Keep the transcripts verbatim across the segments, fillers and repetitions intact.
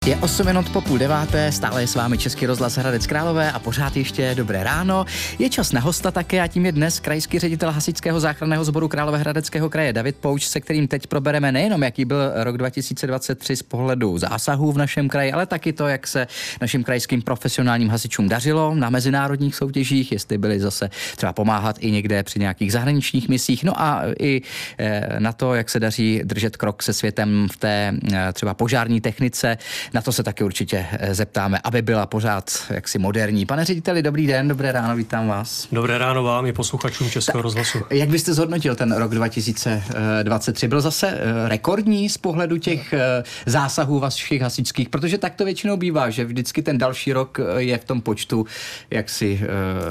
Je osm minut po půl deváté, stále je s vámi Český rozhlas Hradec Králové a pořád ještě dobré ráno. Je čas na hosta také a tím je dnes krajský ředitel Hasičského záchranného sboru Královéhradeckého kraje David Pouč, se kterým teď probereme nejenom, jaký byl rok dva tisíce dvacet tři z pohledu zásahů v našem kraji, ale taky to, jak se našim krajským profesionálním hasičům dařilo na mezinárodních soutěžích, jestli byli zase třeba pomáhat i někde při nějakých zahraničních misích, no a i na to, jak se daří držet krok se světem v té třeba požární technice. Na to se taky určitě zeptáme, aby byla pořád jaksi moderní. Pane řediteli, dobrý den, dobré ráno, vítám vás. Dobré ráno vám i posluchačům Českého rozhlasu. Jak byste zhodnotil ten rok dva tisíce dvacet tři? Byl zase rekordní z pohledu těch zásahů vašich hasičských, protože tak to většinou bývá, že vždycky ten další rok je v tom počtu jaksi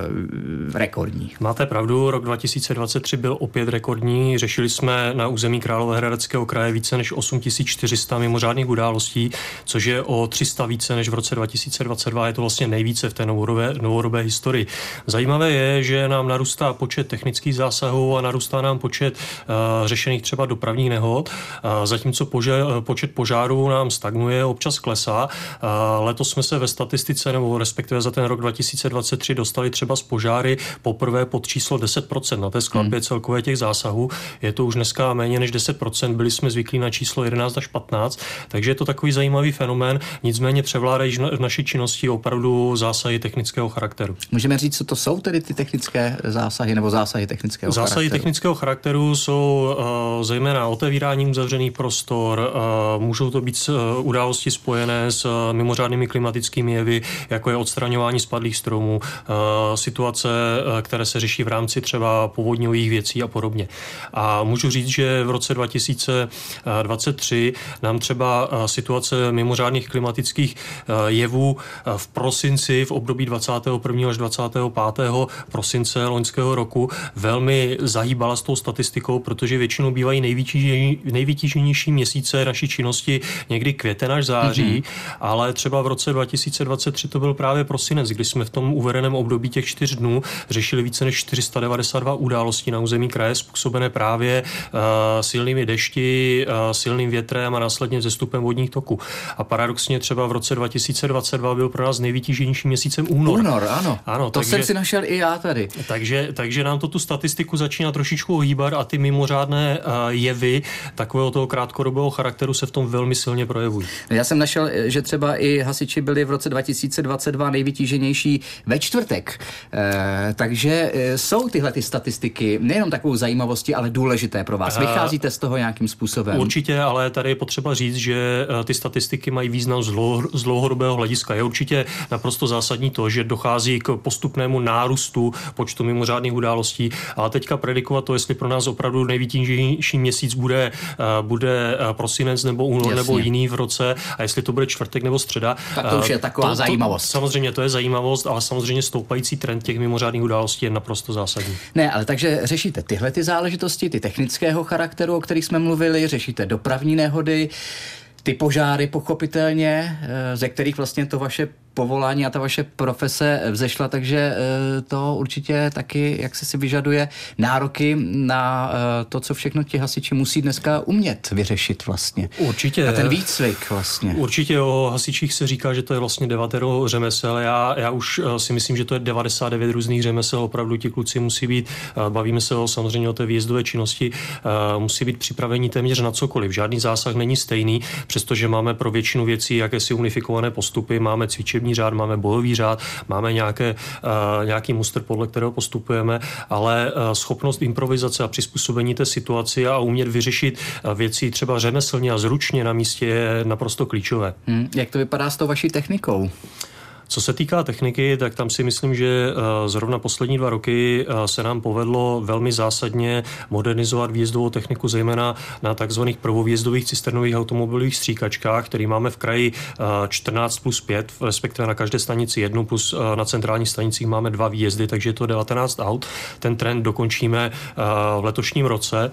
uh, rekordní. Máte pravdu, rok dva tisíce dvacet tři byl opět rekordní. Řešili jsme na území Královéhradeckého kraje více než osm tisíc čtyři sta mimořádných událostí, což je o tři sta více než v roce dva tisíce dvacet dva. Je to vlastně nejvíce v té novodobé, novodobé historii. Zajímavé je, že nám narůstá počet technických zásahů a narůstá nám počet uh, řešených třeba dopravních nehod, uh, zatímco pože- počet požárů nám stagnuje, občas klesá. Uh, letos jsme se ve statistice, nebo respektive za ten rok dva tisíce dvacet tři dostali třeba z požáry poprvé pod číslo deset procent na té skladbě hmm. celkové těch zásahů. Je to už dneska méně než deset procent, byli jsme zvyklí na číslo jedenáct až patnáct, takže je to takový zajímavý fenomén, nicméně převládají v naší činnosti opravdu zásahy technického charakteru. Můžeme říct, co to jsou tedy ty technické zásahy nebo zásahy technického zásahy charakteru? Zásahy technického charakteru jsou uh, zejména otevírání uzavřených prostor, uh, můžou to být uh, události spojené s uh, mimořádnými klimatickými jevy, jako je odstraňování spadlých stromů, uh, situace, uh, které se řeší v rámci třeba povodňových věcí a podobně. A můžu říct, že v roce dva tisíce dvacet tři nám třeba uh, situace mimořádných klimatických jevů v prosinci, v období dvacátého prvního až dvacátého pátého prosince loňského roku velmi zahýbala s tou statistikou, protože většinou bývají nejvytíženější měsíce naší činnosti někdy květen až září, mm-hmm. ale třeba v roce dva tisíce dvacet tři to byl právě prosinec, kdy jsme v tom uvedeném období těch čtyř dnů řešili více než čtyři sta devadesát dva událostí na území kraje, způsobené právě uh, silnými dešti, uh, silným větrem a následně vzestupem vodních toků. A paradoxně třeba v roce dva tisíce dvacet dva byl pro nás nejvytíženějším měsícem únor. Únor, ano. ano to takže, jsem si našel i já tady. Takže, takže nám to tu statistiku začíná trošičku ohýbat a ty mimořádné uh, jevy takového toho krátkodobého charakteru se v tom velmi silně projevují. Já jsem našel, že třeba i hasiči byli v roce dva tisíce dvacet dva nejvytíženější ve čtvrtek. E, takže e, jsou tyhle ty statistiky nejenom takovou zajímavostí, ale důležité pro vás. Vycházíte z toho nějakým způsobem? Určitě, ale tady je potřeba říct, že ty statistiky mají význam z dlouhodobého hlediska. Je určitě naprosto zásadní to, že dochází k postupnému nárůstu počtu mimořádných událostí, ale teďka predikovat to, jestli pro nás opravdu nejvytíženější měsíc bude, bude prosinec nebo únor Jasně. nebo jiný v roce a jestli to bude čtvrtek nebo středa. Tak to už je taková to, zajímavost. To, samozřejmě to je zajímavost, ale samozřejmě stoupající trend těch mimořádných událostí je naprosto zásadní. Ne, ale takže řešíte tyhle ty záležitosti, ty technického charakteru, o kterých jsme mluvili, řešíte dopravní nehody, ty požáry pochopitelně, ze kterých vlastně to vaše povolání a ta vaše profese vzešla, takže to určitě taky, jak se si vyžaduje, nároky na to, co všechno ti hasiči musí dneska umět vyřešit vlastně. Určitě. A ten výcvik vlastně. Určitě o hasičích se říká, že to je vlastně devatero řemesel. Já, já už si myslím, že to je devadesát devět různých řemesel. Opravdu ti kluci musí být, bavíme se o, samozřejmě o té výjezdové činnosti, musí být připraveni téměř na cokoliv. Žádný zásah není stejný, přestože máme pro většinu věcí jakési unifikované postupy, máme cvičební řád, máme bojový řád, máme nějaké, uh, nějaký mustr, podle kterého postupujeme, ale uh, schopnost improvizace a přizpůsobení té situaci a umět vyřešit uh, věci třeba řemeslně a zručně na místě je naprosto klíčové. Hmm, jak to vypadá s tou vaší technikou? Co se týká techniky, tak tam si myslím, že zrovna poslední dva roky se nám povedlo velmi zásadně modernizovat výjezdovou techniku, zejména na takzvaných prvovýjezdových cisternových automobilových stříkačkách, který máme v kraji čtrnáct plus pět, respektive na každé stanici jednu, plus na centrálních stanicích máme dva výjezdy, takže je to devatenáct aut. Ten trend dokončíme v letošním roce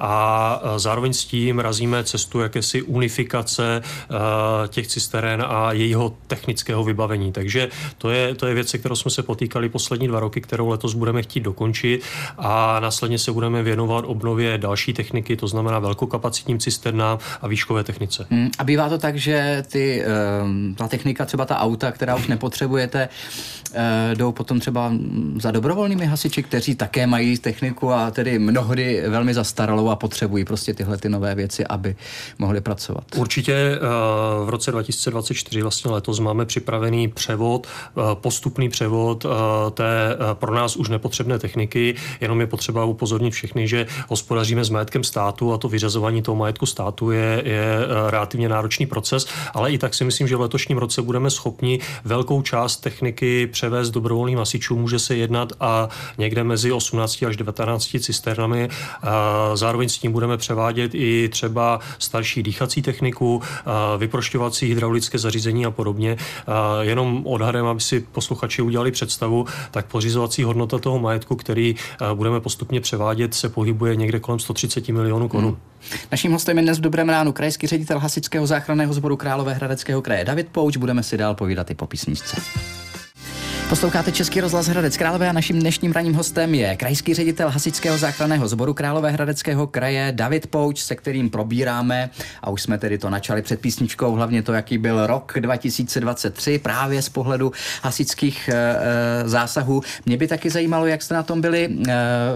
a zároveň s tím razíme cestu jakési unifikace těch cisteren a jejího technického vybavení. Takže to je, to je věc, se kterou jsme se potýkali poslední dva roky, kterou letos budeme chtít dokončit a následně se budeme věnovat obnově další techniky, to znamená velkokapacitním cisternám a výškové technice. Hmm, a bývá to tak, že ty, ta technika, třeba ta auta, která už nepotřebujete, jdou potom třeba za dobrovolnými hasiči, kteří také mají techniku a tedy mnohdy velmi zastaralou a potřebují prostě tyhle ty nové věci, aby mohli pracovat. Určitě v roce dva tisíce dvacet čtyři, vlastně letos, máme připravený převod, postupný převod té pro nás už nepotřebné techniky, jenom je potřeba upozornit všechny, že hospodaříme s majetkem státu a to vyřazování toho majetku státu je, je relativně náročný proces, ale i tak si myslím, že v letošním roce budeme schopni velkou část techniky převést dobrovolným hasičům. Může se jednat a někde mezi osmnácti až devatenácti cisternami. Zároveň s tím budeme převádět i třeba starší dýchací techniku, vyprošťovací hydraulické zařízení a podobně. Jenom odhadem, aby si posluchači udělali představu, tak pořizovací hodnota toho majetku, který budeme postupně převádět, se pohybuje někde kolem sto třicet milionů korun. Hmm. Naším hostem je dnes v Dobrém ránu krajský ředitel Hasičského záchranného sboru Královéhradeckého kraje David Pouč. Budeme si dál povídat i po písničce. Posloucháte Český rozhlas Hradec Králové a naším dnešním ranním hostem je krajský ředitel Hasičského záchranného sboru Královéhradeckého kraje David Pouč, se kterým probíráme, a už jsme tedy to načali před písničkou, hlavně to, jaký byl rok dva tisíce dvacet tři právě z pohledu hasičských e, zásahů. Mě by taky zajímalo, jak jste na tom byli e,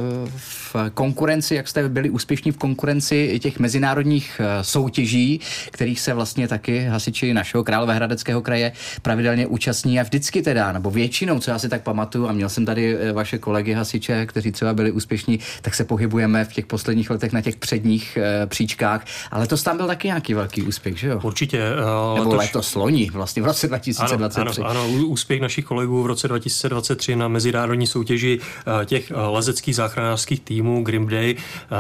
v konkurenci, jak jste byli úspěšní v konkurenci těch mezinárodních e, soutěží, kterých se vlastně taky hasiči našeho Královéhradeckého kraje pravidelně účastní a vždycky teda, nebo většinou, co já si tak pamatuju, a měl jsem tady vaše kolegy hasiče, kteří třeba byli úspěšní, tak se pohybujeme v těch posledních letech na těch předních e, příčkách, ale to tam byl taky nějaký velký úspěch, že jo? Určitě. Uh, Nebo letoš... letos loni, vlastně v roce dva tisíce dvacet tři. Ano, ano, ano, úspěch našich kolegů v roce dva tisíce dvacet tři na mezinárodní soutěži uh, těch uh, lezeckých záchranářských týmů Grim Day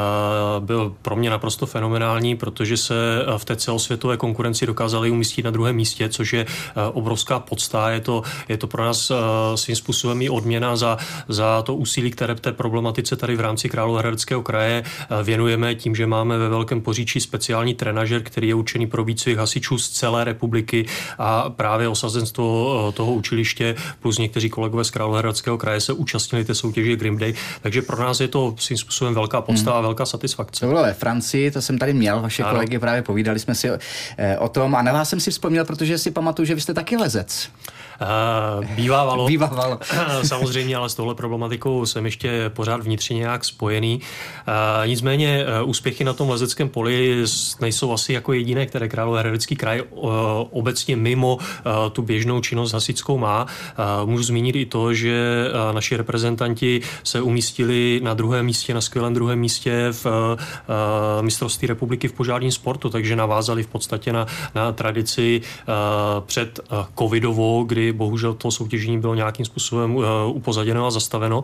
uh, byl pro mě naprosto fenomenální, protože se uh, v té celosvětové konkurenci dokázali umístit na druhém místě, což je uh, obrovská podsta. Je to, je to pro nás uh, svým způsobem i odměna za, za to úsilí, které té problematice tady v rámci Královéhradeckého kraje věnujeme tím, že máme ve Velkém Poříčí speciální trenažer, který je určený pro výcvik hasičů z celé republiky a právě osazenstvo toho učiliště plus někteří kolegové z Královéhradeckého kraje se účastnili té soutěže Grim Day, takže pro nás je to svým způsobem velká podsta hmm. a velká satisfakce. To bylo ve Francii, to jsem tady měl, vaše ano. kolegy právě povídali jsme si o, o tom a na vás jsem si vzpomněl, protože si pamatuju, že vy jste taky lezec. Uh, bývávalo. Bývávalo. Samozřejmě, ale s touhle problematikou jsem ještě pořád vnitřně nějak spojený. Uh, nicméně uh, úspěchy na tom lezeckém poli nejsou asi jako jediné, které Královéhradecký kraj uh, obecně mimo uh, tu běžnou činnost hasičskou má. Uh, můžu zmínit i to, že uh, naši reprezentanti se umístili na druhém místě, na skvělém druhém místě v uh, mistrovství republiky v požárním sportu, takže navázali v podstatě na, na tradici uh, před uh, covidovou, kdy bohužel to soutěžení bylo nějakým způsobem uh, upozaděno a zastaveno.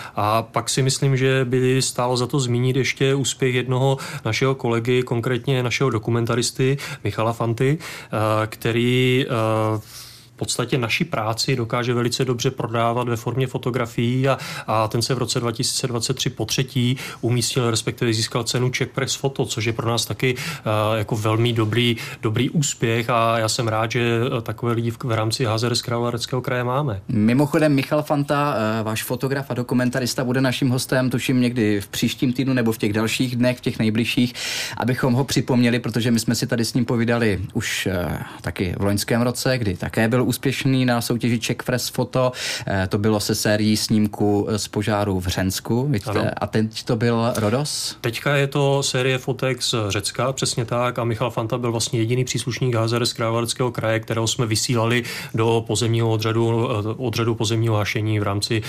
A pak si myslím, že by stálo za to zmínit ještě úspěch jednoho našeho kolegy, konkrétně našeho dokumentaristy Michala Fanty, uh, který uh, v podstatě naši práci dokáže velice dobře prodávat ve formě fotografií a, a ten se v roce dva tisíce dvacet tři po třetí umístil, respektive získal cenu Czech Press Photo, což je pro nás taky uh, jako velmi dobrý, dobrý úspěch a já jsem rád, že takové lidi v, v rámci H Z R z Královéhradeckého kraje máme. Mimochodem Michal Fanta, uh, váš fotograf a dokumentarista, bude naším hostem, tuším někdy v příštím týdnu nebo v těch dalších dnech, v těch nejbližších, abychom ho připomněli, protože my jsme si tady s ním povídali už uh, taky v loňském roce, kdy také byl úspěšný na soutěži Czech Press Photo. To bylo se sérií snímků z požáru v Hřensku. A teď to byl Rodos? Teďka je to série fotek z Řecka, přesně tak. A Michal Fanta byl vlastně jediný příslušník H Z R z Královéhradeckého kraje, kterého jsme vysílali do pozemního odřadu, odřadu pozemního hašení v rámci,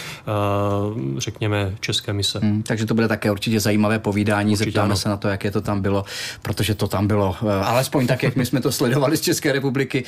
řekněme, české mise. Hmm, takže to bude také určitě zajímavé povídání. Určitě Zeptáme ano. se na to, jaké to tam bylo, protože to tam bylo, alespoň tak, jak my jsme to sledovali z České republiky,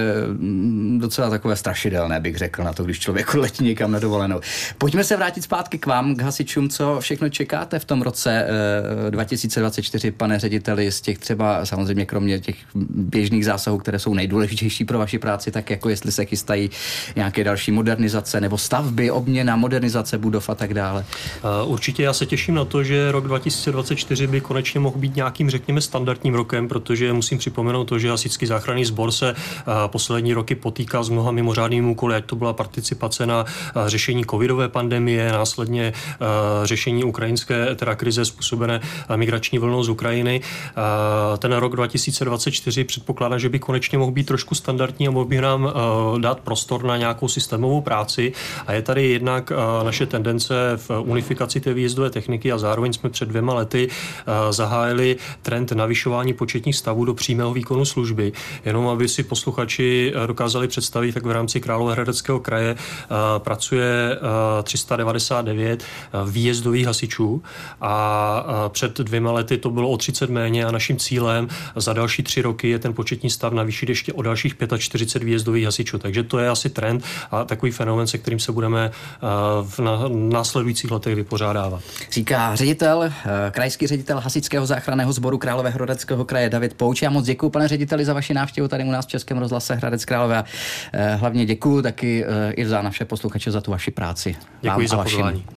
docela takové strašidelné, bych řekl, na to, když člověk letí někam na dovolenou. Pojďme se vrátit zpátky k vám, k hasičům. Co všechno čekáte v tom roce eh, dva tisíce dvacet čtyři, pane řediteli, z těch třeba, samozřejmě kromě těch běžných zásahů, které jsou nejdůležitější pro vaši práci, tak jako jestli se chystají nějaké další modernizace nebo stavby, obměna, modernizace budov a tak dále. Uh, určitě já se těším na to, že rok dva tisíce dvacet čtyři by konečně mohl být nějakým, řekněme, standardním rokem, protože musím připomenout to, že Hasičský záchranný sbor se uh, poslední roky potýká potýká s mnoha mimořádnými úkoly, ať to byla participace na řešení covidové pandemie, následně řešení ukrajinské teda krize způsobené migrační vlnou z Ukrajiny. Ten rok dva tisíce dvacet čtyři předpokládá, že by konečně mohl být trošku standardní a mohl by nám dát prostor na nějakou systémovou práci. A je tady jednak naše tendence v unifikaci té výjezdové techniky a zároveň jsme před dvěma lety zahájili trend navyšování početních stavů do přímého výkonu služby. Jenom aby si posluchači dokázali představit, tak v rámci Královéhradeckého kraje pracuje tři sta devadesát devět výjezdových hasičů a před dvěma lety to bylo o třicet méně a naším cílem za další tři roky je ten početní stav navýšit ještě o dalších čtyřicet pět výjezdových hasičů. Takže to je asi trend a takový fenomén, se kterým se budeme v následujících letech vypořádávat. Říká ředitel, krajský ředitel Hasičského záchranného sboru Královéhradeckého kraje David Pouč. Já moc děkuji, pane řediteli, za vaši návštěvu tady u nás v Českém rozhlase Hradec Králové. Hlavně děkuji taky i za naše posluchače za tu vaši práci. Děkuji za pozvání.